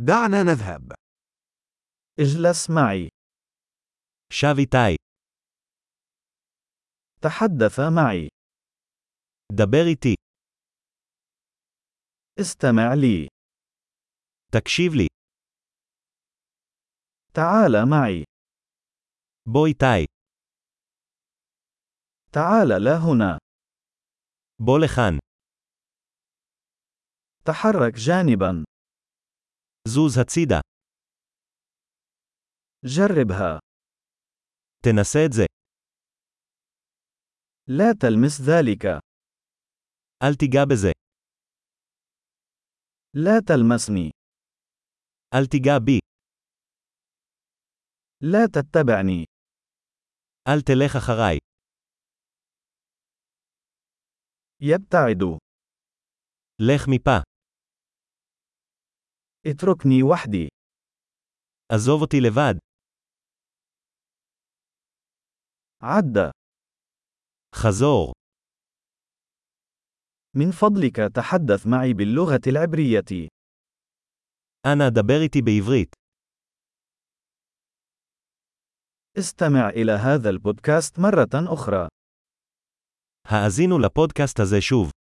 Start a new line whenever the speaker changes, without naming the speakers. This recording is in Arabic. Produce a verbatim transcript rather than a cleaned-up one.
دعنا نذهب.
اجلس معي.
שב איתי.
تحدث معي.
דבר איתי.
استمع لي.
תקשיב לי.
تعال معي.
בוא איתי.
تعال لا هنا.
בוא לכאן.
تحرك جانبا.
זוז הצידה.
جربها.
תנסה את זה.
لا تلمس ذلك.
אל תיגע בזה.
لا تلمسني.
אל תיגע בי.
لا تتبعني.
אל תלך אחריי.
يبتعد.
לך מפה.
اتركني وحدي.
עזוב אותי לבד.
عد.
חזור.
من فضلك تحدث معي باللغة العبرية.
אנא דבר איתי בעברית.
استمع إلى هذا البودكاست مرة أخرى.
האזינו לפודקאסט הזה שוב.